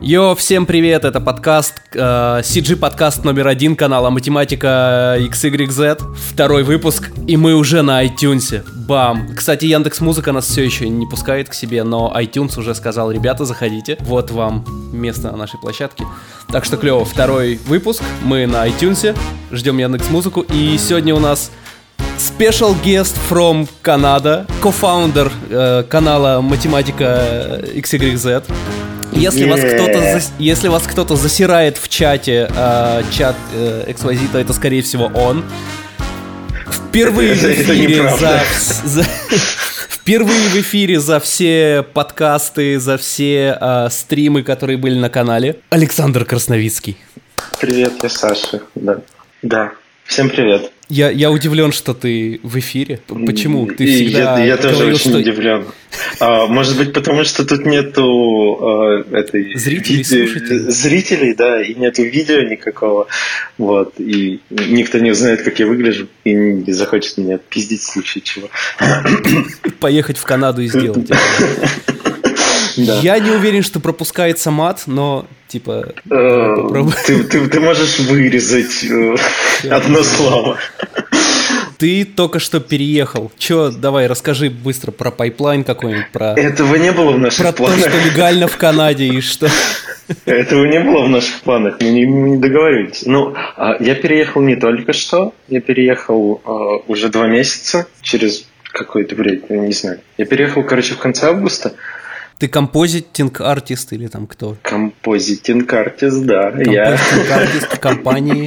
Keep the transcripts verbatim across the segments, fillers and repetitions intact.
Йо, всем привет, это подкаст, э, си джи-подкаст номер один канала Математика икс игрек зет, второй выпуск, и мы уже на iTunes, бам! Кстати, Яндекс.Музыка нас все еще не пускает к себе, но iTunes уже сказал: ребята, заходите, вот вам место на нашей площадке. Так что клево, второй выпуск, мы на iTunes, ждем Яндекс.Музыку, и сегодня у нас special guest from Canada, co-founder э, канала Математика икс игрек зет. Если, yeah. вас кто-то, если вас кто-то засирает в чате, э, чат э, икс уай зет, то это, скорее всего, он. Впервые в эфире за, за, впервые в эфире за все подкасты, за все э, стримы, которые были на канале, Александр Красновицкий. Привет, я Саша. Да. Да. Всем привет. Я, я удивлен, что ты в эфире. Почему? Ты всегда я, я тоже говорил, очень что... удивлен. А, может быть, потому что тут нету а, этой зрителей, виде... слушателей. Зрителей, да, и нету видео никакого. Вот, и никто не узнает, как я выгляжу, и не захочет меня пиздить в случае чего. Поехать в Канаду и сделать это. Да. Я не уверен, что пропускается мат, но типа попробуй. Ты, ты, ты можешь вырезать одно слово. Ты только что переехал. Че, давай, расскажи быстро про пайплайн какой-нибудь. Про... Этого не было в наших про планах. Про то, что легально в Канаде и что... Этого не было в наших планах, мы не, не договорились. Ну, я переехал не только что, я переехал uh, уже два месяца, через какое-то время, не знаю. Я переехал, короче, в конце августа. Ты композитинг-артист или там кто? Композитинг-артист, да. Композитинг-артист компании.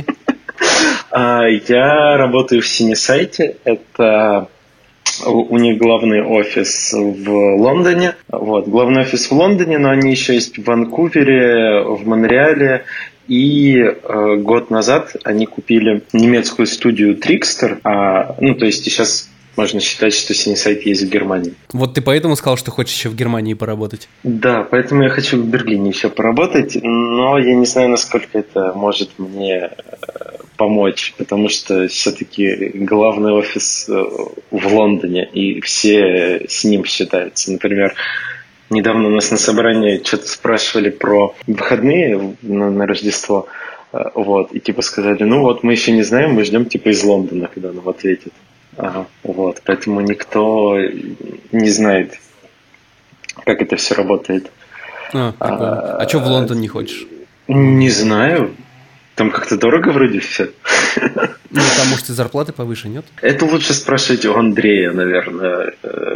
Я работаю в Синесайте. Это у них главный офис в Лондоне. Вот, главный офис в Лондоне, но они еще есть в Ванкувере, в Монреале. И э, год назад они купили немецкую студию Trickster. А, ну, то есть сейчас... Можно считать, что Синесайт есть в Германии. Вот ты поэтому сказал, что хочешь еще в Германии поработать? Да, поэтому я хочу в Берлине еще поработать, но я не знаю, насколько это может мне помочь, потому что все-таки главный офис в Лондоне, и все с ним считаются. Например, недавно у нас на собрании что-то спрашивали про выходные на, на Рождество, вот, и типа сказали, ну вот мы еще не знаем, мы ждем типа из Лондона, когда нам ответят. Ага, вот, поэтому никто не знает, как это все работает. А, а, а что в Лондон не хочешь? Не знаю. Там как-то дорого вроде все. Ну, там, может, и зарплаты повыше, нет? Это лучше спрашивать у Андрея, наверное.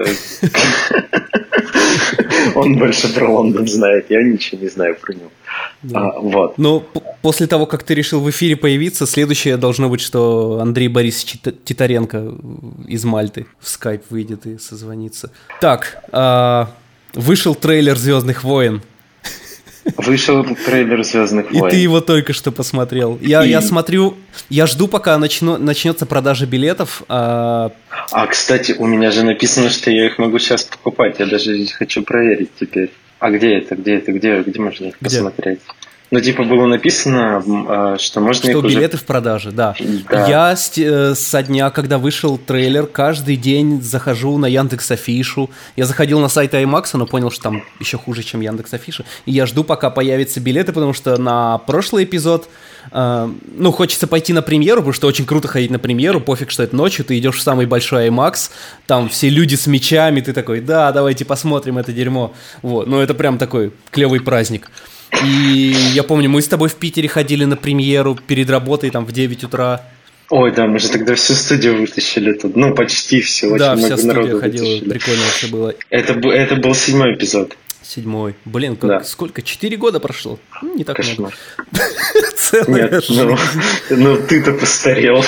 Он больше про Лондон знает, я ничего не знаю про него. Да. А, вот. Но п- после того, как ты решил в эфире появиться, следующее должно быть, что Андрей Борисович Титаренко из Мальты в скайп выйдет и созвонится. Так, а, вышел трейлер «Звездных войн». Вышел трейлер «Звездных войн». И ты его только что посмотрел. Я, и... я смотрю, я жду, пока начну, начнется продажа билетов. А... а, кстати, у меня же написано, что я их могу сейчас покупать. Я даже хочу проверить теперь. А где это, где это, где, где можно их где? посмотреть? Ну, типа, было написано, что можно что их уже... билеты в продаже, да. да. Я с, э, со дня, когда вышел трейлер, каждый день захожу на Яндекс.Афишу. Я заходил на сайт IMAX, но понял, что там еще хуже, чем Яндекс.Афиша. И я жду, пока появятся билеты, потому что на прошлый эпизод... Э, ну, хочется пойти на премьеру, потому что очень круто ходить на премьеру. Пофиг, что это ночью, ты идешь в самый большой IMAX, там все люди с мечами, ты такой, да, давайте посмотрим это дерьмо. Вот, ну, это прям такой клевый праздник. И я помню, мы с тобой в Питере ходили на премьеру перед работой там в девять утра. Ой, да, мы же тогда всю студию вытащили тут. Ну, почти все, да, очень много народу ходила, вытащили. Прикольно вообще было. Это, это был седьмой эпизод. Седьмой. Блин, как, да. сколько? Четыре года прошло? Не так Кошмар. много. Целая Нет, ну, ну ты-то постарел.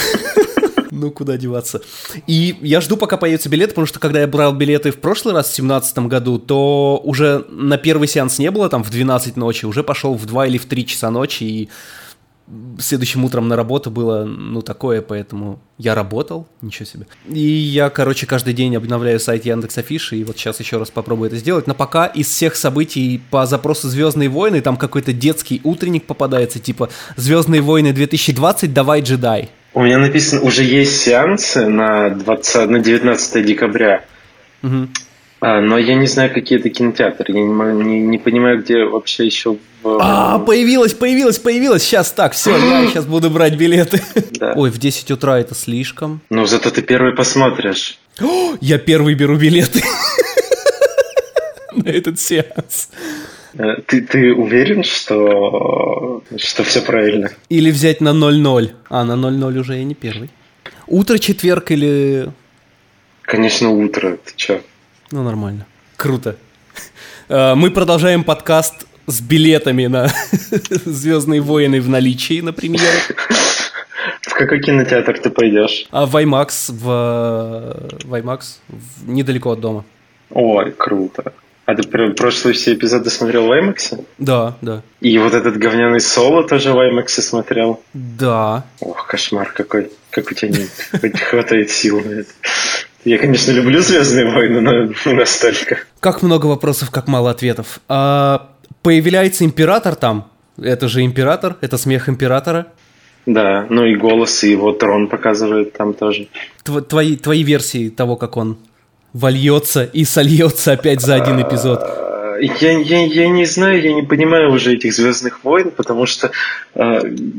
Ну, куда деваться. И я жду, пока появятся билеты, потому что когда я брал билеты в прошлый раз, в семнадцатом году, то уже на первый сеанс не было там в двенадцать ночи, уже пошел в два или в три часа ночи, и следующим утром на работу было, ну, такое, поэтому я работал, ничего себе. И я, короче, каждый день обновляю сайт Яндекс.Афиши, и вот сейчас еще раз попробую это сделать. Но пока из всех событий по запросу «Звездные войны» там какой-то детский утренник попадается, типа «Звездные войны две тысячи двадцать, давай, джедай». У меня написано, уже есть сеансы на, двадцатое, на девятнадцатое декабря. Угу. А, но я не знаю, какие это кинотеатры. Я не, мо- не, не понимаю, где вообще еще... В... А, появилась, появилась, появилась. Сейчас так, все, я сейчас буду брать билеты. Да. Ой, в десять утра это слишком. Ну, зато ты первый посмотришь. О, я первый беру билеты на этот сеанс. Э, Ты, ты уверен, что, что все правильно? Или взять на ноль ноль. А, на ноль ноль уже я не первый. Утро, четверг или... Конечно, утро. Ты чё? Ну, нормально. Круто. Э, Мы продолжаем подкаст с билетами на «Звездные войны» в наличии на премьеру. В какой кинотеатр ты пойдешь? А в IMAX, в, в IMAX, в- недалеко от дома. Ой, круто. А ты пр- прошлые все эпизоды смотрел в IMAX? Да, да. И вот этот говняный соло тоже в IMAX смотрел? Да. Ох, кошмар какой. Как у тебя не не хватает сил на это. Я, конечно, люблю «Звездные войны», но не настолько. Как много вопросов, как мало ответов. А, появляется император там. Это же император, это смех императора. Да, ну и голос, и его трон показывает там тоже. Тв- твои, твои версии того, как он вольется и сольется опять за один эпизод. А, Я, я, я не знаю, я не понимаю уже этих «Звездных войн», потому что а,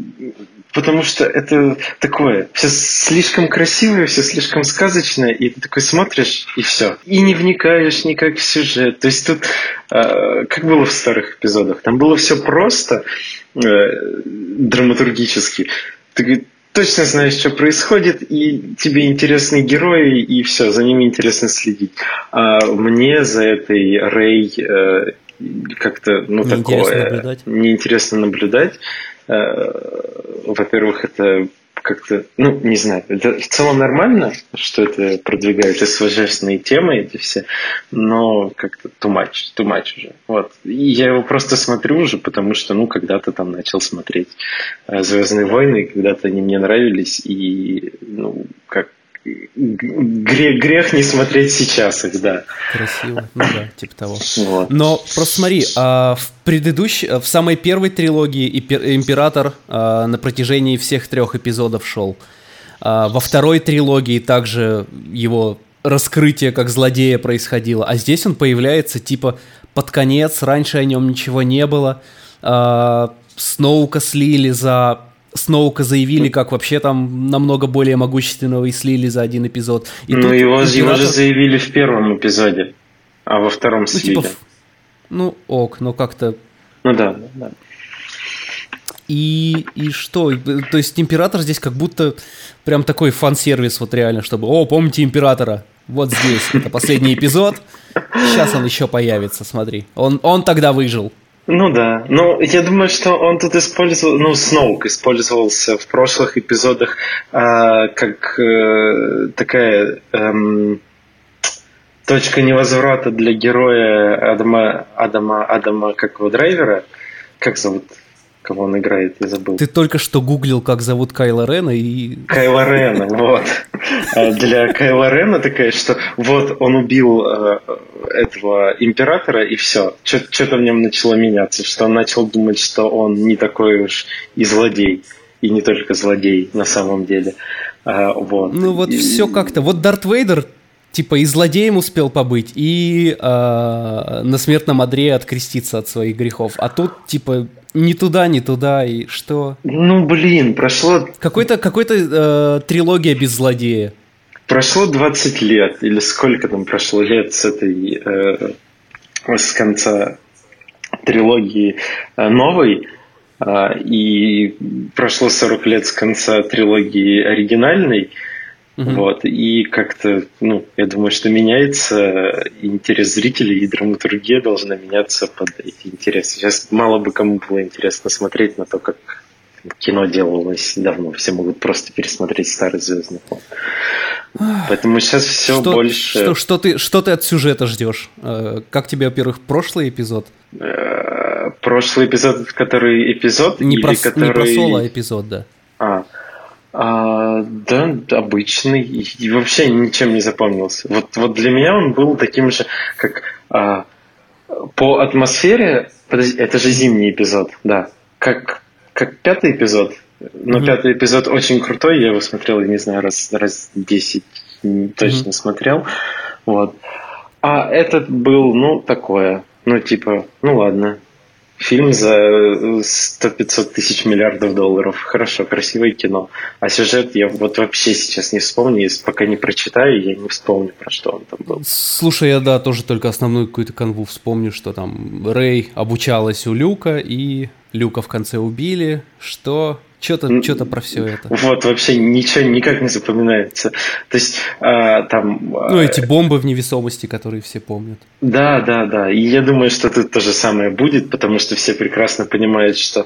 потому что это такое, все слишком красивое, все слишком сказочное, и ты такой смотришь, и все. И не вникаешь никак в сюжет. То есть тут, а, как было в старых эпизодах, там было все просто э, драматургически. Ты точно знаешь, что происходит, и тебе интересны герои, и все, за ними интересно следить. А мне за этой Рей э, как-то, ну, Неинтересно такое, наблюдать. неинтересно наблюдать. Э, во-первых, это как-то, ну, не знаю, это в целом нормально, что это продвигает СВЖ-сные темы эти все, но как-то too much, too much уже. Вот. И я его просто смотрю уже, потому что, ну, когда-то там начал смотреть э, «Звездные войны», и когда-то они мне нравились, и, ну, как грех, грех не смотреть сейчас их, да. Красиво, ну да, типа того. Вот. Но просто смотри, а, в предыдущей, в самой первой трилогии Ипер- император а, на протяжении всех трех эпизодов шел. А, во второй трилогии также его раскрытие как злодея происходило, а здесь он появляется типа под конец, раньше о нем ничего не было. А, Сноука слили за... Сноука заявили, как вообще там намного более могущественного, и слили за один эпизод. И ну, тут его, император... его же заявили в первом эпизоде, а во втором Ну, слили. типа, ну, ок, но как-то... Ну да, да. И, и что? То есть император здесь как будто прям такой фан-сервис, вот реально, чтобы... О, помните императора? Вот здесь. Это последний эпизод. Сейчас он еще появится, смотри. Он, он тогда выжил. Ну да, ну я думаю, что он тут использовал, ну Сноук использовался в прошлых эпизодах а, как э, такая эм, точка невозврата для героя Адама, Адама, Адама, как его, Драйвера, как зовут, кого он играет, я забыл. Ты только что гуглил, как зовут Кайла Рена, и... Кайла Рена, вот. Для Кайла Рена такая, что вот он убил э, этого императора, и все. Что-то в нем начало меняться, что он начал думать, что он не такой уж и злодей, и не только злодей на самом деле. А, вот. Ну вот и... все как-то. Вот Дарт Вейдер типа и злодеем успел побыть, и э, на смертном одре откреститься от своих грехов. А тут типа... Ни туда, ни туда, и что? Ну, блин, прошло... Какой-то, какой-то э, трилогия без злодея. Прошло двадцать лет, или сколько там прошло лет с этой... Э, с конца трилогии э, новой, э, и прошло сорок лет с конца трилогии оригинальной, угу. Вот, и как-то, ну, я думаю, что меняется интерес зрителей, и драматургия должна меняться под эти интересы. Сейчас мало бы кому было интересно смотреть на то, как кино делалось давно. Все могут просто пересмотреть старый «Звездный войны». Поэтому сейчас все что, больше... Что, что, ты, что ты от сюжета ждешь? Как тебе, во-первых, прошлый эпизод? Прошлый эпизод, который эпизод? Не, или про, который... не про соло эпизод, да. А, а, да, обычный. И вообще ничем не запомнился. Вот, вот для меня он был таким же, как а, по атмосфере... Подожди, это же зимний эпизод, да. Как, как пятый эпизод. Но mm-hmm. пятый эпизод очень крутой. Я его смотрел, я не знаю, раз, раз десять точно mm-hmm. смотрел. Вот. А этот был, ну, такое. Ну, типа, ну ладно. Фильм за сто-пятьсот тысяч миллиардов долларов. Хорошо, красивое кино. А сюжет я вот вообще сейчас не вспомню. Если пока не прочитаю, я не вспомню, про что он там был. Слушай, я, да, тоже только основную какую-то канву вспомню, что там Рэй обучалась у Люка, и Люка в конце убили, что... Что-то, что-то про все это. Вот, вообще ничего никак не запоминается. То есть, а, там... Ну, эти бомбы в невесомости, которые все помнят. Да, да, да. И я думаю, что тут то же самое будет, потому что все прекрасно понимают, что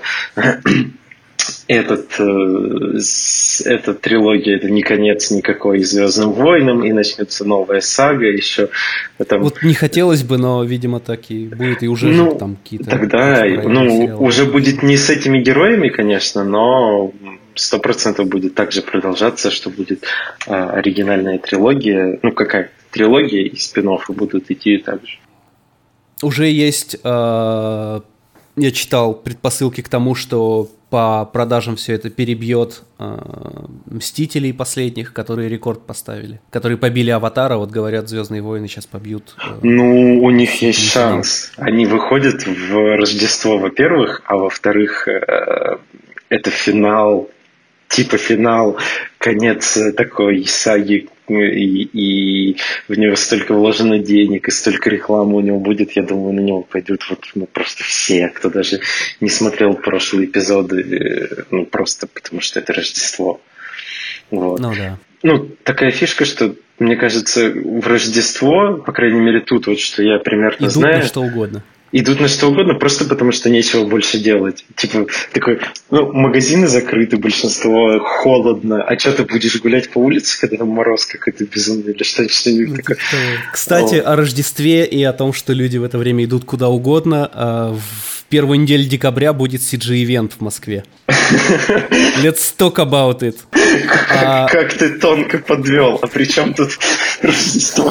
этот, э, эта трилогия это не конец никакой Звездным войнам, и начнется новая сага еще. Там... Вот не хотелось бы, но, видимо, так и будет, и уже ну, же там какие-то... Тогда, ну, сериалы. Уже будет не с этими героями, конечно, но сто процентов будет также продолжаться, что будет э, оригинальная трилогия. Ну, какая трилогия и спин-оффы будут идти также. Уже есть... Э, я читал предпосылки к тому, что по продажам все это перебьет э, Мстителей последних, которые рекорд поставили, которые побили Аватара. Вот говорят, Звездные войны сейчас побьют. Э, ну, у них есть шанс. Они выходят в Рождество, во-первых, а во-вторых, э, это финал, типа финал, конец такой саги, и, и в него столько вложено денег, и столько рекламы у него будет, я думаю, на него пойдут вот, ну, просто все, кто даже не смотрел прошлые эпизоды, ну, просто потому что это Рождество. Вот. Ну, да. Ну, такая фишка, что, мне кажется, в Рождество, по крайней мере, тут вот, что я примерно идут знаю... на что угодно. Идут на что угодно, просто потому что нечего больше делать. Типа, такой, ну, магазины закрыты, большинство, холодно, а что ты будешь гулять по улице, когда там мороз какой-то безумный или что-нибудь ну, такое. Кстати, о. о Рождестве и о том, что люди в это время идут куда угодно. В первую неделю декабря будет си джи-ивент в Москве. Let's talk about it. Как, как ты тонко подвел, а при чем тут Рождество?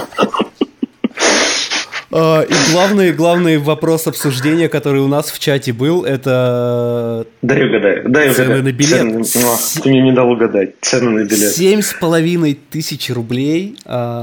И главный, главный вопрос обсуждения, который у нас в чате был, это... Дай угадаю, дай цены угадаю. на билет. Цены, ну, ты мне не дал угадать. Цены на билет. Семь с половиной тысяч рублей.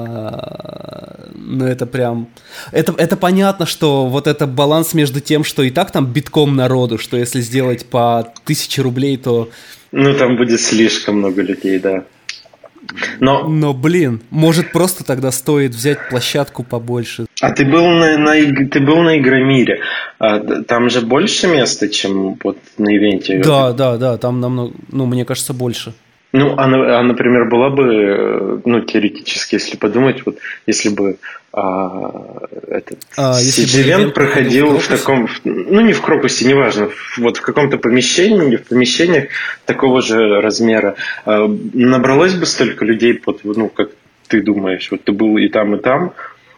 А, ну, это прям... Это, это понятно, что вот это баланс между тем, что и так там битком народу, что если сделать по тысяче рублей, то... Ну, там будет слишком много людей, да. Но... Но, блин, может просто тогда стоит взять площадку побольше. А ты был на, на, ты был на Игромире. А, там же больше места, чем вот на ивенте? Да, да, да, там намного, ну, мне кажется, больше. Ну, а, а например, была бы, ну, теоретически, если подумать, вот если бы а, этот а, си джи-ивент проходил в, в таком, ну, не в Крокусе, неважно, вот в каком-то помещении, в помещениях такого же размера, а, набралось бы столько людей, под, ну, как ты думаешь, вот ты был и там, и там,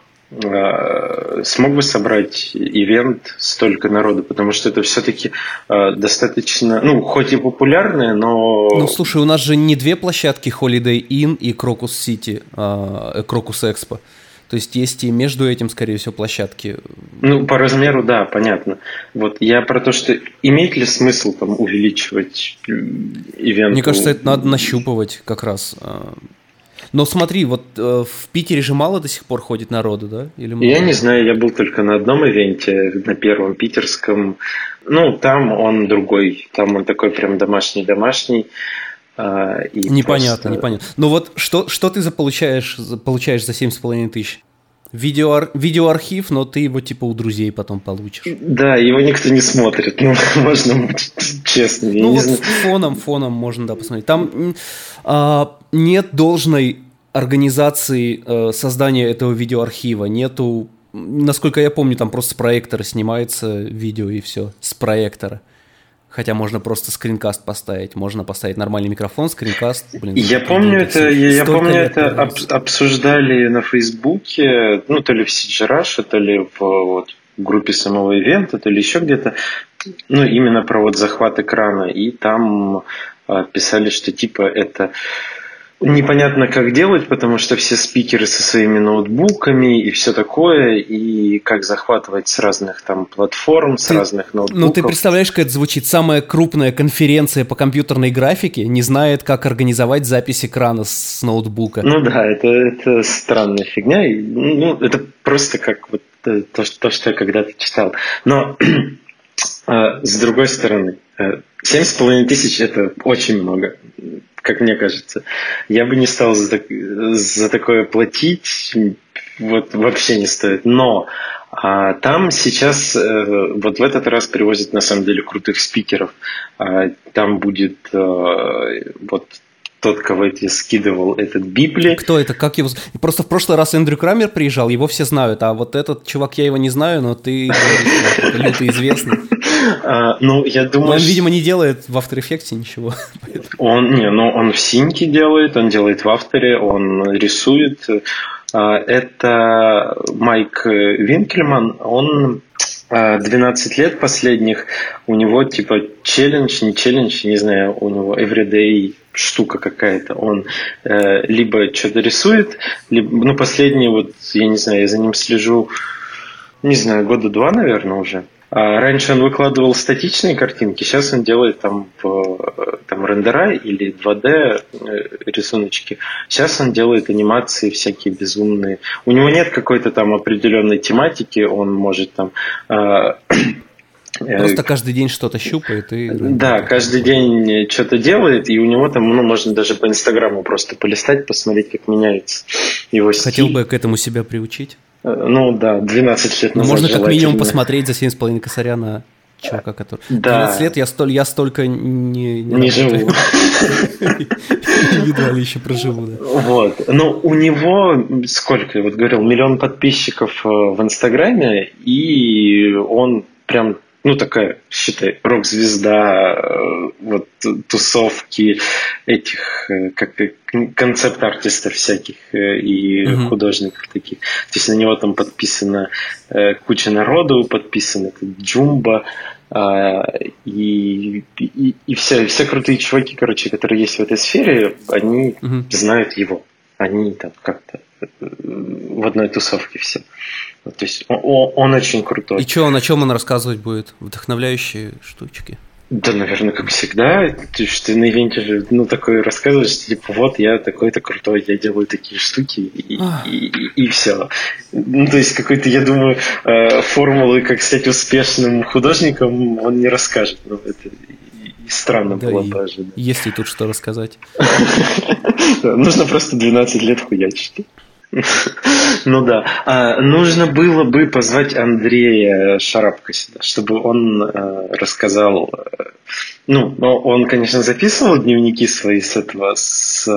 смог бы собрать ивент столько народу, потому что это все-таки э, достаточно, ну, хоть и популярное, но... Ну, слушай, у нас же не две площадки Holiday Inn и Crocus City, э, Crocus Expo. То есть есть и между этим, скорее всего, площадки. Ну, по размеру, да, понятно. Вот я про то, что имеет ли смысл там увеличивать ивент? Мне кажется, это надо нащупывать как раз. Но смотри, вот э, в Питере же мало до сих пор ходит народу, да? Или много? Я не знаю, я был только на одном ивенте, на первом питерском. Ну, там он другой, там он такой прям домашний-домашний. Э, и непонятно, просто... непонятно. Ну вот что, что ты за получаешь, получаешь за семь с половиной тысяч? Видео, видеоархив, но ты его типа у друзей потом получишь. Да, его никто не смотрит, ну, можно быть честным. Ну вот фоном, фоном можно, да, посмотреть. Там а, нет должной организации а, создания этого видеоархива, нету, насколько я помню, там просто с проектора снимается видео и все, с проектора. Хотя можно просто скринкаст поставить, можно поставить нормальный микрофон, скринкаст. Блин, я помню это, я, я помню это об, обсуждали на Фейсбуке, ну то ли в си джи Russia, то ли в вот, группе самого ивента, то ли еще где-то, ну именно про вот захват экрана, и там а, писали, что типа это Непонятно, как делать, потому что все спикеры со своими ноутбуками и все такое, и как захватывать с разных там платформ, с ты, разных ноутбуков. Ну, ты представляешь, как это звучит? Самая крупная конференция по компьютерной графике не знает, как организовать запись экрана с ноутбука. Ну да, это, это странная фигня. Ну, это просто как вот то, то что я когда-то читал. Но с другой стороны, семь с половиной тысяч – это очень много, как мне кажется. Я бы не стал за, за такое платить, вот вообще не стоит. Но а, там сейчас, э, вот в этот раз привозят на самом деле крутых спикеров. А, там будет э, вот тот, кого я тебе скидывал, этот Библи. Кто это? Как его? Просто в прошлый раз Эндрю Крамер приезжал, его все знают, а вот этот чувак, я его не знаю, но ты люто известный. А, ну, я думаю, он, видимо, не делает в After Effects ничего. Он, не, ну, он в Синьке делает, он делает в Авторе, он рисует. Это Майк Винкельман, он двенадцать лет последних, у него типа челлендж, не челлендж, не знаю, у него everyday штука какая-то. Он э, либо что-то рисует, либо, ну, последние вот, я не знаю, я за ним слежу, не знаю, года два, наверное, уже. А раньше он выкладывал статичные картинки, сейчас он делает там, там рендера или два дэ рисуночки. Сейчас он делает анимации всякие безумные. У него нет какой-то там определенной тематики, он может там... Просто каждый день что-то щупает и... Да, каждый день что-то делает, и у него там, ну, можно даже по Инстаграму просто полистать, посмотреть, как меняется его стиль. Хотел бы к этому себя приучить. Ну да, двенадцать лет назад. Можно как минимум посмотреть за семь с половиной косаря на чувака, который... Да. двенадцать лет я, столь, я столько не... Не, не живу. Едва ли еще проживу, да. Вот. Но у него, сколько, я вот говорил, миллион подписчиков в Инстаграме, и он прям... Ну, такая, считай, рок-звезда, вот, тусовки этих, как концепт-артистов всяких и mm-hmm. художников таких. То есть на него там подписана куча народу, подписан этот Джумба, и, и, и все, все крутые чуваки, короче, которые есть в этой сфере, они mm-hmm. знают его. Они там как-то в одной тусовке все. То есть он, он очень крутой. И что, на чем он рассказывать будет? Вдохновляющие штучки? Да, наверное, как всегда. Ты, ты на ивенте же, ну, такое рассказываешь, типа, вот, я такой-то крутой, я делаю такие штуки, и, и, и, и все. Ну, то есть, какой-то, я думаю, формулы, как стать успешным художником, он не расскажет. Ну, это и странно да, было и тоже. Да. Есть ли тут что рассказать? Нужно просто двенадцать лет хуячить. Ну да. А, нужно было бы позвать Андрея Шарапко сюда, чтобы он а, рассказал. А, ну, он, конечно, записывал дневники свои с этого, с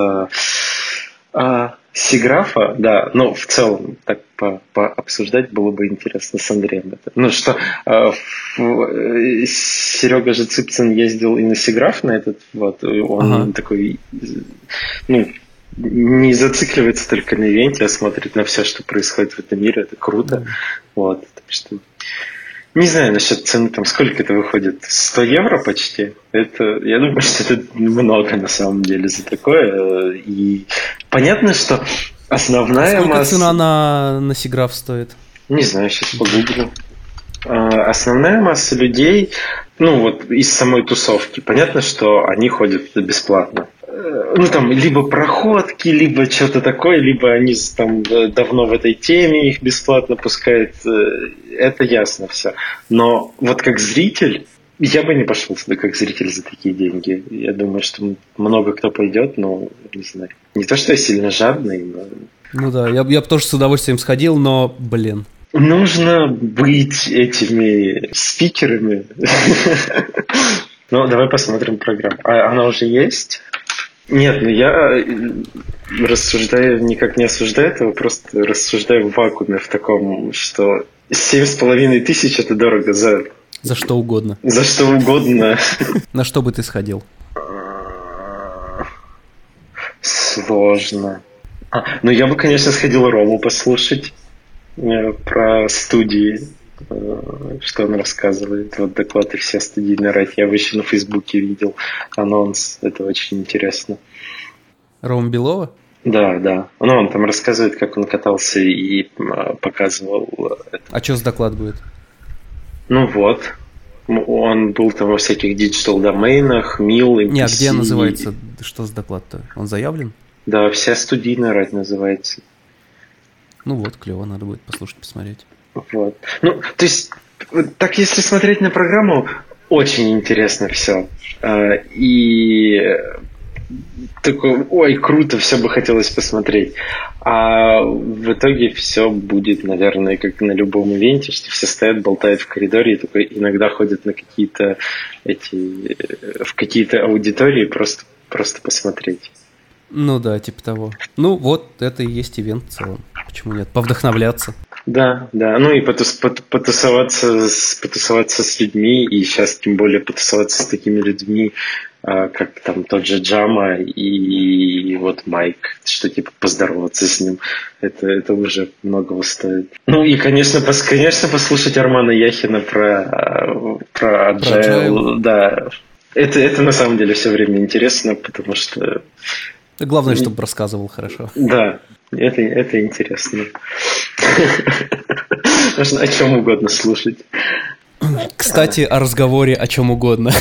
а, Сиграфа, да, но в целом так по, пообсуждать было бы интересно с Андреем. Это. Ну что, а, в, Серега же Цыпцин ездил и на Сиграф на этот, вот, он ага. такой, ну, не зацикливается только на ивенте, а смотрит на все, что происходит в этом мире. Это круто. Mm. Вот. Так что... Не знаю насчет цены, там сколько это выходит? сто евро почти? Это, я думаю, что это много на самом деле за такое. И понятно, что основная сколько масса... цена на, на Сиграф стоит? Не знаю, сейчас погуглю. Основная масса людей, ну вот из самой тусовки, понятно, что они ходят бесплатно. Ну, там, либо проходки, либо что-то такое, либо они там давно в этой теме, их бесплатно пускают. Это ясно все. Но вот как зритель, я бы не пошел сюда как зритель за такие деньги. Я думаю, что много кто пойдет, но не знаю. Не то, что я сильно жадный, но... Ну да, я, я бы тоже с удовольствием сходил, но, блин. Нужно быть этими спикерами. Ну, давай посмотрим программу. А она уже есть? Нет, ну я рассуждаю, никак не осуждаю этого, просто рассуждаю в вакууме в таком, что семь с половиной тысяч это дорого за... За что угодно. За что угодно. На что бы ты сходил? Сложно. А, ну я бы, конечно, сходил Рому послушать про студии, что он рассказывает. Вот доклад и вся студийная рать. Я еще на Фейсбуке видел анонс. Это очень интересно. Рома Белова? Да, да. Ну, он там рассказывает, как он катался и показывал это. А что за доклад будет? Ну вот. Он был там во всяких диджитал-домейнах, мил, эм пи си. Не, а где называется, что за доклад-то? Он заявлен? Да, вся студийная рать называется. Ну вот, клево, надо будет послушать, посмотреть. Вот. Ну, то есть, так если смотреть на программу, очень интересно все. И такой, ой, круто, все бы хотелось посмотреть. А в итоге все будет, наверное, как на любом ивенте, что все стоят, болтают в коридоре и только иногда ходят на какие-то эти в какие-то аудитории просто, просто посмотреть. Ну да, типа того. Ну вот, это и есть ивент в целом. Почему нет? Повдохновляться. Да, да. Ну и потус, потусоваться, с, потусоваться с людьми, и сейчас тем более потусоваться с такими людьми, как там тот же Джама и вот Майк, что типа поздороваться с ним, это, это уже многого стоит. Ну и, конечно, пос, конечно послушать Армана Яхина про, про Agile, да. Это, это на самом деле все время интересно, потому что... Главное, чтобы рассказывал хорошо. Да, это, это интересно. Можно о чем угодно слушать. Кстати, о разговоре о чем угодно.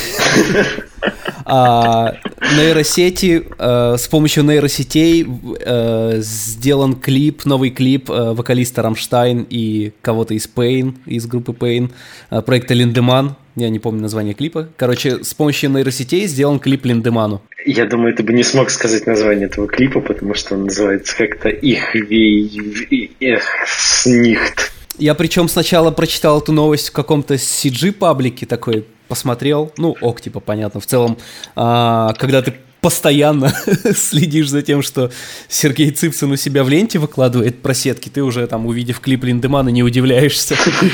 А, нейросети, э, с помощью нейросетей э, сделан клип, новый клип э, вокалиста Рамштайн и кого-то из Pain, из группы Pain, э, проекта Линдеман. Я не помню название клипа. Короче, с помощью нейросетей сделан клип Линдеману. Я думаю, ты бы не смог сказать название этого клипа, потому что он называется как-то «Их вей... Эх, снихт». Я причем сначала прочитал эту новость в каком-то си джи-паблике такой, посмотрел, ну, ок, типа, понятно. В целом, а, когда ты постоянно следишь за тем, что Сергей Цыпцин у себя в ленте выкладывает про сетки, ты уже там, увидев клип Линдемана, не удивляешься.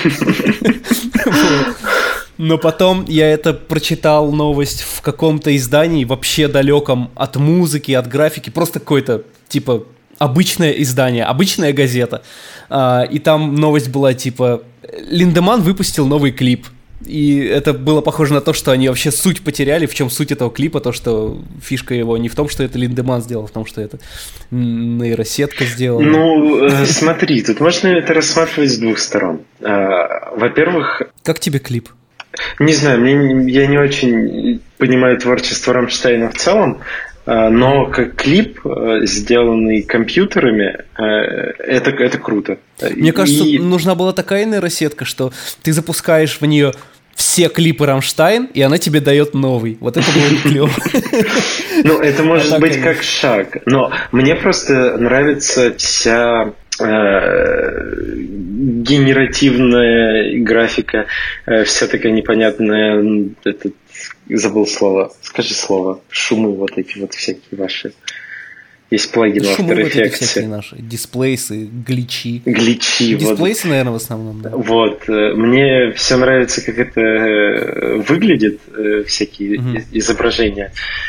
Но потом я это прочитал новость в каком-то издании, вообще далеком от музыки, от графики, просто какой-то, типа, обычное издание, обычная газета. И там новость была, типа, Линдеман выпустил новый клип. И это было похоже на то, что они вообще суть потеряли. В чем суть этого клипа? То, что фишка его не в том, что это Линдеман сделал, а в том, что это нейросетка сделала. Ну, смотри, тут можно это рассматривать с двух сторон. Во-первых... Как тебе клип? Не знаю, мне, я не очень понимаю творчество Рамштайна в целом, но как клип, сделанный компьютерами, это, это круто. Мне кажется, и... нужна была такая нейросетка, что ты запускаешь в нее все клипы Рамштайн, и она тебе дает новый. Вот это было бы клево. Ну, это может быть как шаг. Но мне просто нравится вся... генеративная графика, вся такая непонятная, этот, забыл слово, скажи слово, шумы вот эти вот всякие ваши. Есть плагин в After Effects. Всякие наши дисплейсы, гличи. Гличи. Дисплейсы, вот. наверное, в основном, да. Вот. Мне все нравится, как это выглядит, всякие угу. изображения.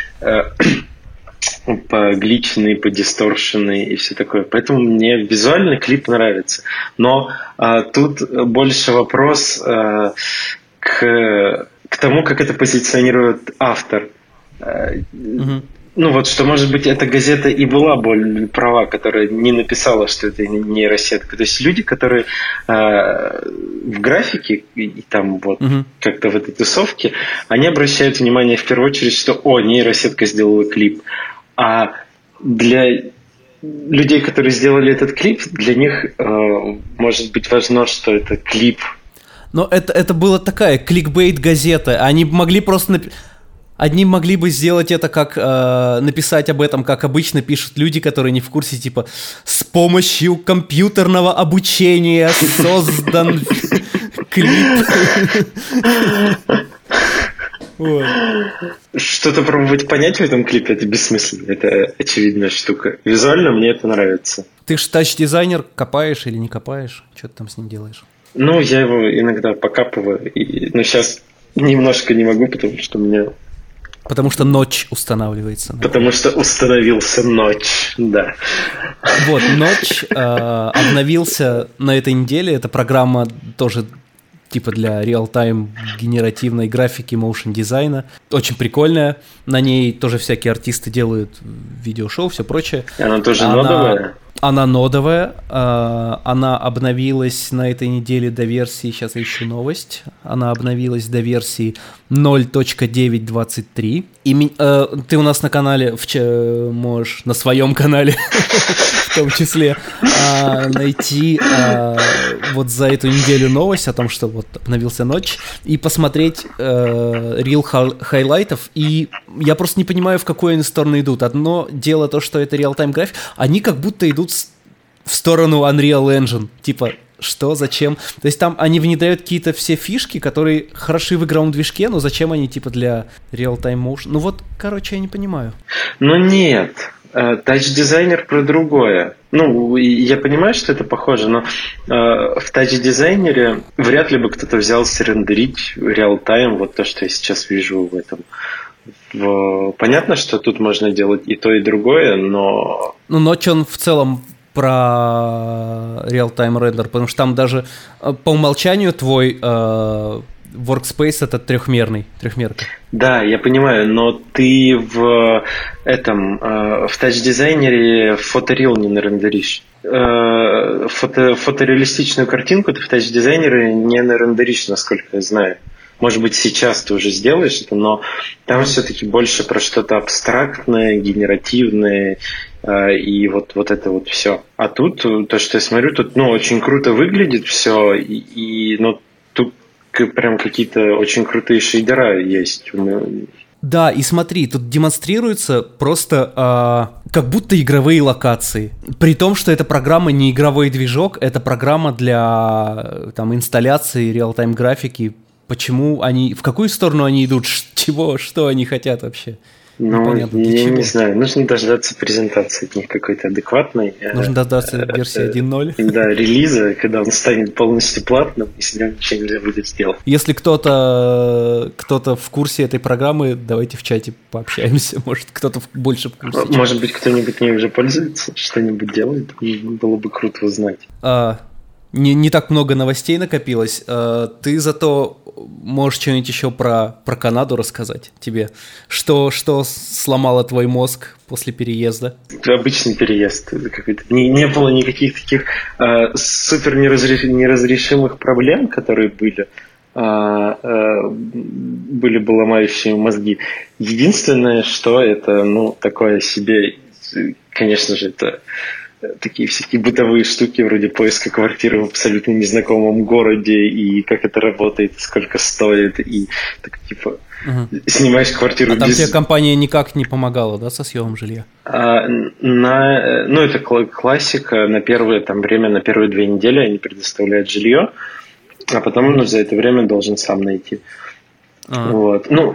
Погличенный, подисторшенный и все такое. Поэтому мне визуально клип нравится. Но а, тут больше вопрос а, к, к тому, как это позиционирует автор. А, угу. Ну вот, что, может быть, эта газета и была более права, которая не написала, что это нейросетка. То есть люди, которые а, в графике и там вот угу. как-то в этой тусовке, они обращают внимание в первую очередь, что «О, нейросетка сделала клип». А для людей, которые сделали этот клип, для них э, может быть важно, что это клип. Но это, это была такая кликбейт-газета. Они могли просто... Нап... Одни могли бы сделать это как... Э, написать об этом, как обычно пишут люди, которые не в курсе, типа «С помощью компьютерного обучения создан клип». Вот. Что-то пробовать понять в этом клипе — это бессмысленно, это очевидная штука. Визуально мне это нравится. Ты ж тач-дизайнер, копаешь или не копаешь? Что ты там с ним делаешь? Ну, я его иногда покапываю, и... но сейчас немножко не могу, потому что у меня... Потому что ночь устанавливается. Да? Потому что установился ночь, да. Вот, ночь э, обновился на этой неделе, это программа тоже... типа для реал-тайм генеративной графики, моушен дизайна. Очень прикольная. На ней тоже всякие артисты делают видеошоу, все прочее. Она тоже она... нодовая? Она нодовая, она обновилась на этой неделе до версии, сейчас я ищу новость, она обновилась до версии ноль точка девять двадцать три. И э, ты у нас на канале, в, можешь на своем канале в том числе э, найти э, вот за эту неделю новость о том, что вот обновился нотч, и посмотреть э, рил хайлайтов, и я просто не понимаю, в какую они сторону идут. Одно дело то, что это реал-тайм график, они как будто идут в сторону Unreal Engine, типа, что, зачем? То есть там они внедряют какие-то все фишки, которые хороши в игровом движке, но зачем они, типа, для Real-Time Motion? Ну вот, короче, я не понимаю. Ну нет, тач-дизайнер про другое. Ну, я понимаю, что это похоже, но э, в тач-дизайнере вряд ли бы кто-то взялся рендерить Real-Time, вот то, что я сейчас вижу в этом. В... Понятно, что тут можно делать и то, и другое, но... Ну, Notch, он в целом про real-time рендер, потому что там даже по умолчанию твой э, workspace это трехмерный, трехмерка. Да, я понимаю, но ты в этом, э, в тач-дизайнере фоторил не нарендеришь. Э, фото, фотореалистичную картинку ты в тач-дизайнере не нарендеришь, насколько я знаю. Может быть, сейчас ты уже сделаешь это, но там все-таки больше про что-то абстрактное, генеративное, э, и вот, вот это вот все. А тут, то, что я смотрю, тут ну, очень круто выглядит все, и, и ну, тут прям какие-то очень крутые шейдера есть. Да, и смотри, тут демонстрируется просто э, как будто игровые локации. При том, что эта программа не игровой движок, это программа для там, инсталляции реал-тайм графики. Почему они, в какую сторону они идут, чего, что они хотят вообще? Ну, Непонятно, я не знаю, нужно дождаться презентации от них какой-то адекватной. Нужно дождаться версии один ноль. Да, релиза, когда он станет полностью платным, и с ним ничего нельзя будет сделать. Если кто-то, кто-то в курсе этой программы, давайте в чате пообщаемся, может, кто-то больше в курсе. Может быть, кто-нибудь ней уже пользуется, что-нибудь делает, было бы круто узнать. А... Не, не так много новостей накопилось. Ты зато можешь что-нибудь еще про, про Канаду рассказать тебе. Что, что сломало твой мозг после переезда? Обычный переезд какой-то. Не, не было никаких таких э, супер неразреш... неразрешимых проблем, которые были. Э, э, были бы ломающие мозги. Единственное, что это, ну, такое себе, конечно же, это... такие всякие бытовые штуки вроде поиска квартиры в абсолютно незнакомом городе и как это работает, сколько стоит и так типа угу. Снимаешь квартиру а там без... тебе компания никак не помогала, да, со съемом жилья? А, на, ну это классика, на первое там время, на первые две недели они предоставляют жилье, а потом ну, за это время должен сам найти. А. Вот. Ну,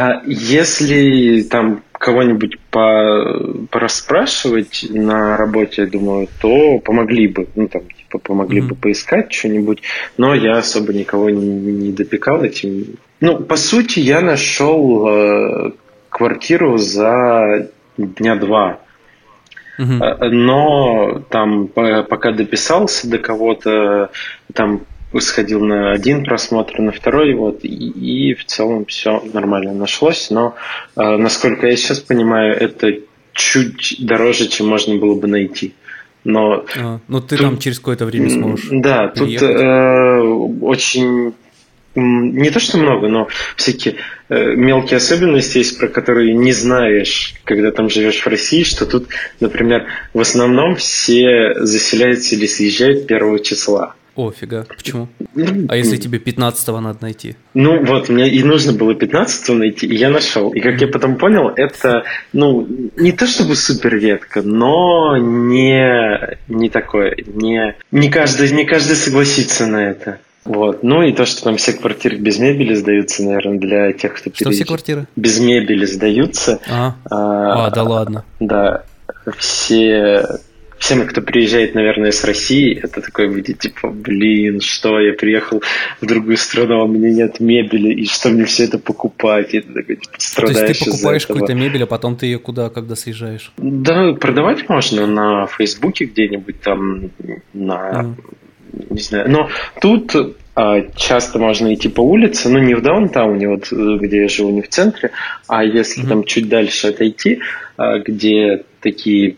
если там кого-нибудь по, порасспрашивать на работе, я думаю, то помогли бы, ну там типа помогли mm-hmm. бы поискать что-нибудь, но я особо никого не, не допекал этим. Ну, по сути, я нашел э, квартиру за дня два, mm-hmm. но там пока дописался до кого-то, там сходил на один просмотр, на второй, вот, и, и в целом все нормально нашлось, но, э, насколько я сейчас понимаю, это чуть дороже, чем можно было бы найти. Но а, ну ты тут, там через какое-то время сможешь Да, переехать. Тут э, очень... Не то, что много, но всякие э, мелкие особенности есть, про которые не знаешь, когда там живешь в России, что тут, например, в основном все заселяются или съезжают первого числа. О, фига, почему? А если тебе пятнадцатого надо найти? Ну вот, мне и нужно было пятнадцатого найти, и я нашел. И как я потом понял, это, ну, не то чтобы супер редко, но не, не такое, не, не каждый, не каждый согласится на это. Вот. Ну и то, что там все квартиры без мебели сдаются, наверное, для тех, кто переезжает. Что все квартиры? Без мебели сдаются. А, а, а да ладно. Да, все... Всем, кто приезжает, наверное, с России, это такое будет, типа, блин, что, я приехал в другую страну, а у меня нет мебели, и что мне все это покупать? И ты такой, типа, страдаешь из-за этого. То есть ты покупаешь какую-то мебель, а потом ты ее куда, когда съезжаешь? Да, продавать можно на Фейсбуке где-нибудь там, на... Mm. не знаю. Но тут а, часто можно идти по улице, но не в даунтауне, вот где я живу, не в центре, а если mm-hmm. там чуть дальше отойти, а, где такие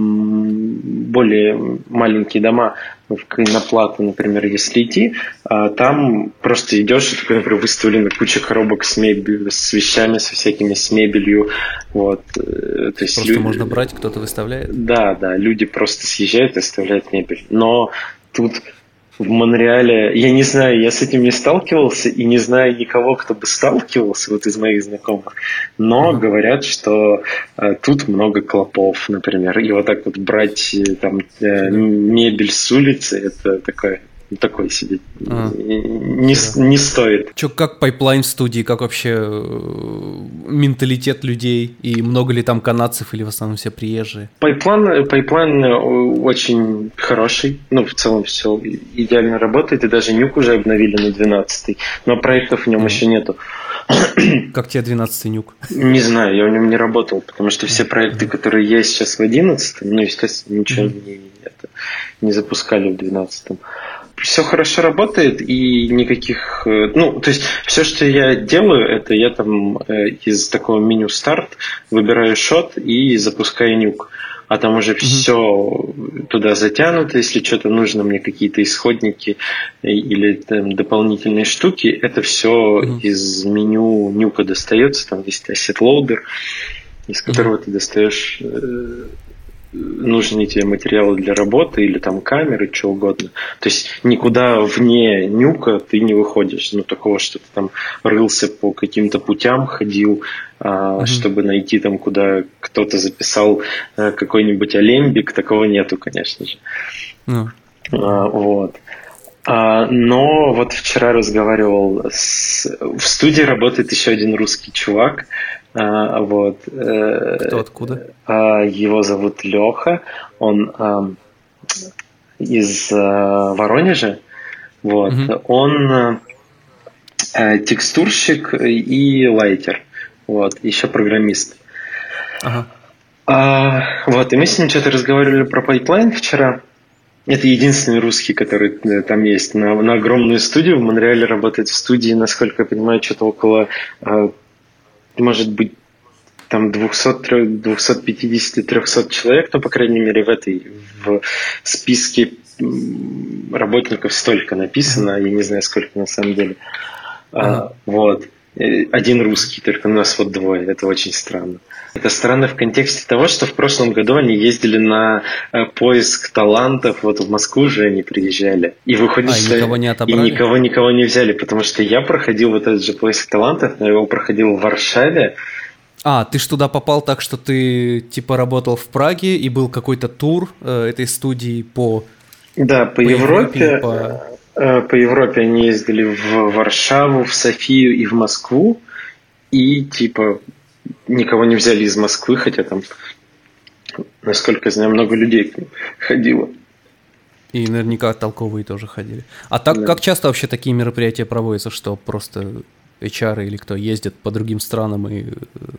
м- более маленькие дома, в Кайноплату, например, если идти, а, там просто идешь, и такой, например, выставлена куча коробок с мебелью, с вещами, со всякими, с мебелью. Вот. То есть просто люди... можно брать, кто-то выставляет? Да, да, люди просто съезжают и оставляют мебель. Но тут в Монреале, я не знаю, я с этим не сталкивался и не знаю никого, кто бы сталкивался вот из моих знакомых, но uh-huh. говорят, что э, тут много клопов, например, и вот так вот брать э, там э, мебель с улицы, это такое, такой себе а, не, да. не стоит. Че, как пайплайн в студии, как вообще э, менталитет людей, и много ли там канадцев или в основном все приезжие? Пайплайн, пайплайн очень хороший, ну в целом все идеально работает, и даже нюк уже обновили на двенадцатый, но проектов в нем mm. еще нету. Как тебе двенадцатый нюк? Не знаю, я в нем не работал, потому что все проекты, которые есть сейчас в одиннадцатом, ну естественно ничего mm. не, это, не запускали в двенадцатом. Все хорошо работает, и никаких... Ну, то есть, все, что я делаю, это я там э, из такого меню «Старт» выбираю шот и запускаю нюк. А там уже mm-hmm. все туда затянуто, если что-то нужно мне, какие-то исходники или там, дополнительные штуки, это все mm-hmm. из меню нюка достается, там есть asset loader, из которого mm-hmm. ты достаешь... Э, нужные тебе материалы для работы или там камеры, что угодно. То есть никуда вне нюка ты не выходишь. Ну, такого, что ты там рылся по каким-то путям, ходил, а, mm-hmm. чтобы найти там, куда кто-то записал а, какой-нибудь алембик, такого нету, конечно же. Mm. А, вот. А, но вот вчера разговаривал с... В студии работает еще один русский чувак. А, вот. Кто, откуда? А, его зовут Леха. Он а, из а, Воронежа. Вот. Mm-hmm. Он а, текстурщик и лайтер. Вот. Еще программист. Uh-huh. А, вот. И мы с ним что-то разговаривали про пайплайн вчера. Это единственный русский, который там есть. На, на огромную студию в Монреале работает в студии, насколько я понимаю, что-то около, может быть, там двести пятьдесят - триста человек, но, по крайней мере, в этой в списке работников столько написано, я не знаю, сколько на самом деле. А, вот. Один русский, только у нас вот двое. Это очень странно. Это странно в контексте того, что в прошлом году они ездили на поиск талантов. Вот в Москву же они приезжали. И выходит, а, что... никого не отобрали? И никого, никого не взяли, потому что я проходил вот этот же поиск талантов, но его проходил в Варшаве. А, ты ж туда попал так, что ты типа работал в Праге, и был какой-то тур э, этой студии по... Да, по, по Европе... Европе по... По Европе они ездили в Варшаву, в Софию и в Москву. И типа никого не взяли из Москвы, хотя там, насколько я знаю, много людей ходило. И наверняка толковые тоже ходили. А так, да. Как часто вообще такие мероприятия проводятся, что просто эйч ар или кто ездит по другим странам и...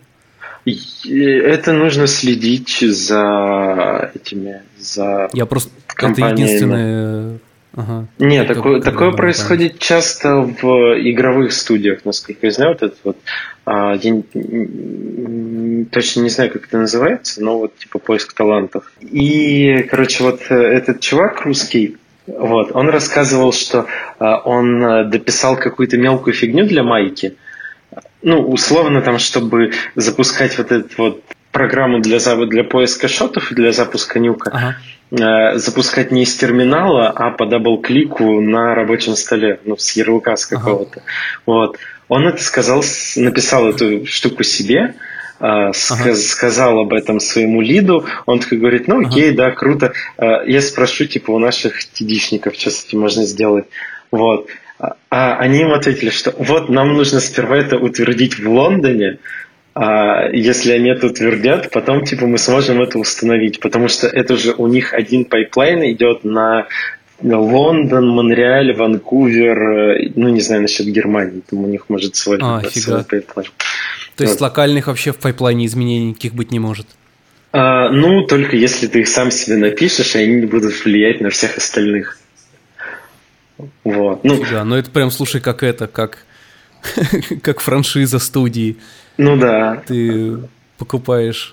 Это нужно следить за этими, за Я просто... компаниями. Это единственное... Ага. Нет, такое, такое происходит там. Часто в игровых студиях, насколько я знаю. Вот этот вот, а, я не, точно не знаю, как это называется, но вот типа поиск талантов. И, короче, вот этот чувак русский, вот, он рассказывал, что а, он дописал какую-то мелкую фигню для майки. Ну, условно там, чтобы запускать вот эту вот программу для, для поиска шотов и для запуска нюка. Ага. Запускать не из терминала, а по дабл-клику на рабочем столе, ну, с ярлыка с какого-то. Ага. Вот. Он это сказал, написал эту штуку себе, ага. сказал об этом своему лиду. Он такой говорит, ну окей, ага. да, круто. Я спрошу, типа, у наших тидишников, что с этим можно сделать. Вот. А они им ответили, что вот нам нужно сперва это утвердить в Лондоне, а если они это утвердят, потом типа мы сможем это установить, потому что это же у них один пайплайн идет на Лондон, Монреаль, Ванкувер, ну не знаю насчет Германии, там у них может свой, а, свой пайплайн. То есть вот. Локальных вообще в пайплайне изменений никаких быть не может? А, ну, только если ты их сам себе напишешь, и они не будут влиять на всех остальных. Вот. Ну, да, но это прям, слушай, как это, как, как франшиза студии. Ну да. Ты покупаешь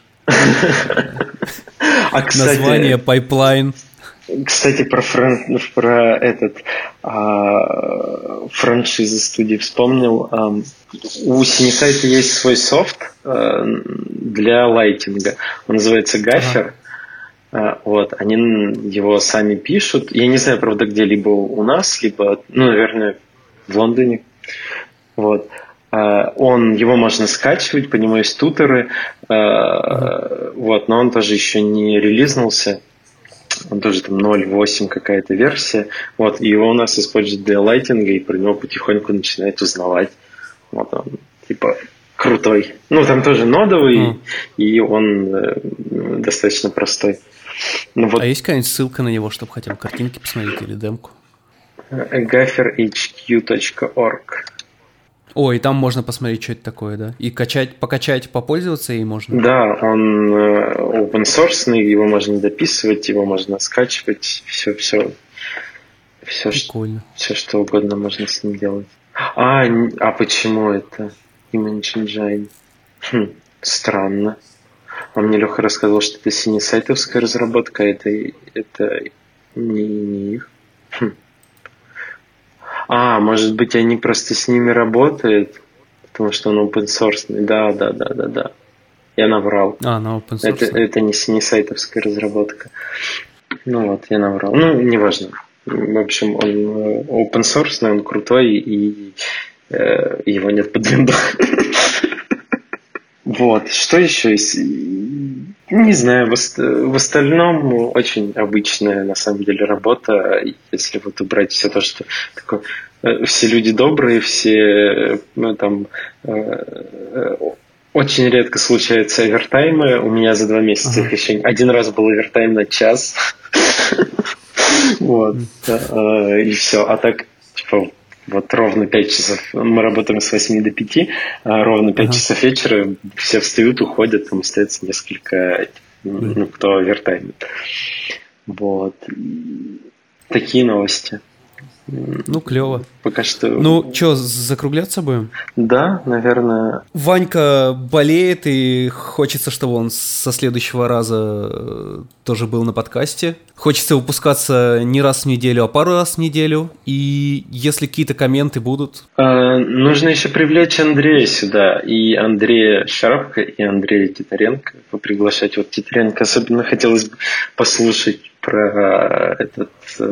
а, кстати, название, пайплайн. Кстати, про, фран... про этот а, франшизы студии вспомнил. А, у Cinesite есть свой софт а, для лайтинга. Он называется Gaffer. Ага. А, вот, они его сами пишут. Я не знаю, правда, где, либо у нас, либо, ну, наверное, в Лондоне. Вот. А, он, его можно скачивать, по нему есть туторы. А, ага. Вот, но он тоже еще не релизнулся. Он тоже там ноль восемь какая-то версия. Вот, и его у нас используют для лайтинга, и про него потихоньку начинает узнавать. Вот он, типа, крутой. Ну, там тоже нодовый, mm. и он э, достаточно простой. Ну, вот. А есть какая-нибудь ссылка на него, чтобы хотя бы картинки посмотреть или демку? gaffer эйч кью точка орг. О, и там можно посмотреть, что это такое, да? И качать, покачать, попользоваться и можно? Да, он open source, его можно дописывать, его можно скачивать, все, все, все, Прикольно. Все, что угодно можно с ним делать. А, а почему это Image Engine? Хм, странно. А мне Леха рассказал, что это синесайтовская разработка, а это, это не, не их. Хм. А, может быть, они просто с ними работают, потому что он open source. Да, да, да, да, да. Я наврал. А, на open source. Это, это не синесайтовская разработка. Ну вот, я наврал. Ну, неважно. В общем, он open source, но он крутой, и э, его нет под виндой. Вот, что еще есть? Не знаю, в, в остальном очень обычная, на самом деле, работа, если вот убрать все то, что такое, все люди добрые, все, ну, там, э, очень редко случаются овертаймы, у меня за два месяца их еще один раз был овертайм на час, вот, и все, а так, типа, вот ровно пять часов. Мы работаем с восьми до пяти, а ровно пять ага. часов вечера все встают, уходят, там остается несколько, ну, кто овертаймит. Вот. Такие новости. Ну, клево. Пока что... Ну, что, закругляться будем? Да, наверное. Ванька болеет, и хочется, чтобы он со следующего раза тоже был на подкасте. Хочется выпускаться не раз в неделю, а пару раз в неделю. И если какие-то комменты будут... А, нужно еще привлечь Андрея сюда. И Андрея Шарапко, и Андрея Титаренко приглашать. Вот Титаренко особенно хотелось бы послушать про этот...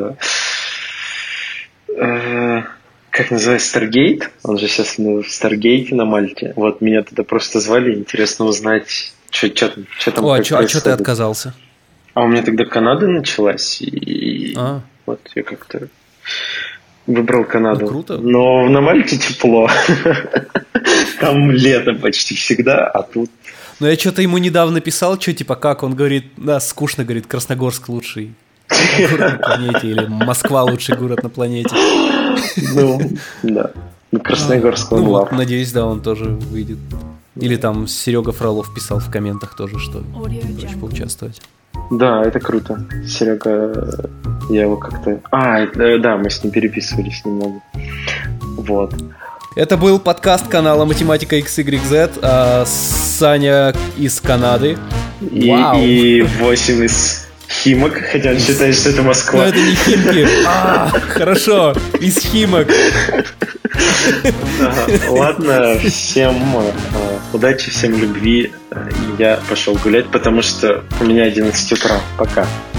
Как называется, Stargate? Он же сейчас в Старгейте на Мальте. Вот меня туда просто звали, интересно узнать, что там, там. О, а что ты отказался? А у меня тогда Канада началась, и а. вот я как-то выбрал Канаду. Ну, круто. Но на Мальте тепло. Там лето почти всегда, а тут... Ну, я что-то ему недавно писал, что типа как, он говорит, да, скучно, говорит, Красногорск лучший город на планете, или Москва лучший город на планете. Ну, да. Красногорск он ну, лав. Вот, надеюсь, да, он тоже выйдет. Или там Серега Фролов писал в комментах тоже, что хочет поучаствовать. Да, это круто. Серега, я его как-то... А, это, да, мы с ним переписывались немного. Вот. Это был подкаст канала Математика икс игрек зет. А, Саня из Канады. И, и восемь из Химок, хотя он считает, что это Москва. Но это не Химки. А, хорошо, из Химок. Ладно, всем удачи, всем любви. Я пошел гулять, потому что у меня одиннадцать утра. Пока.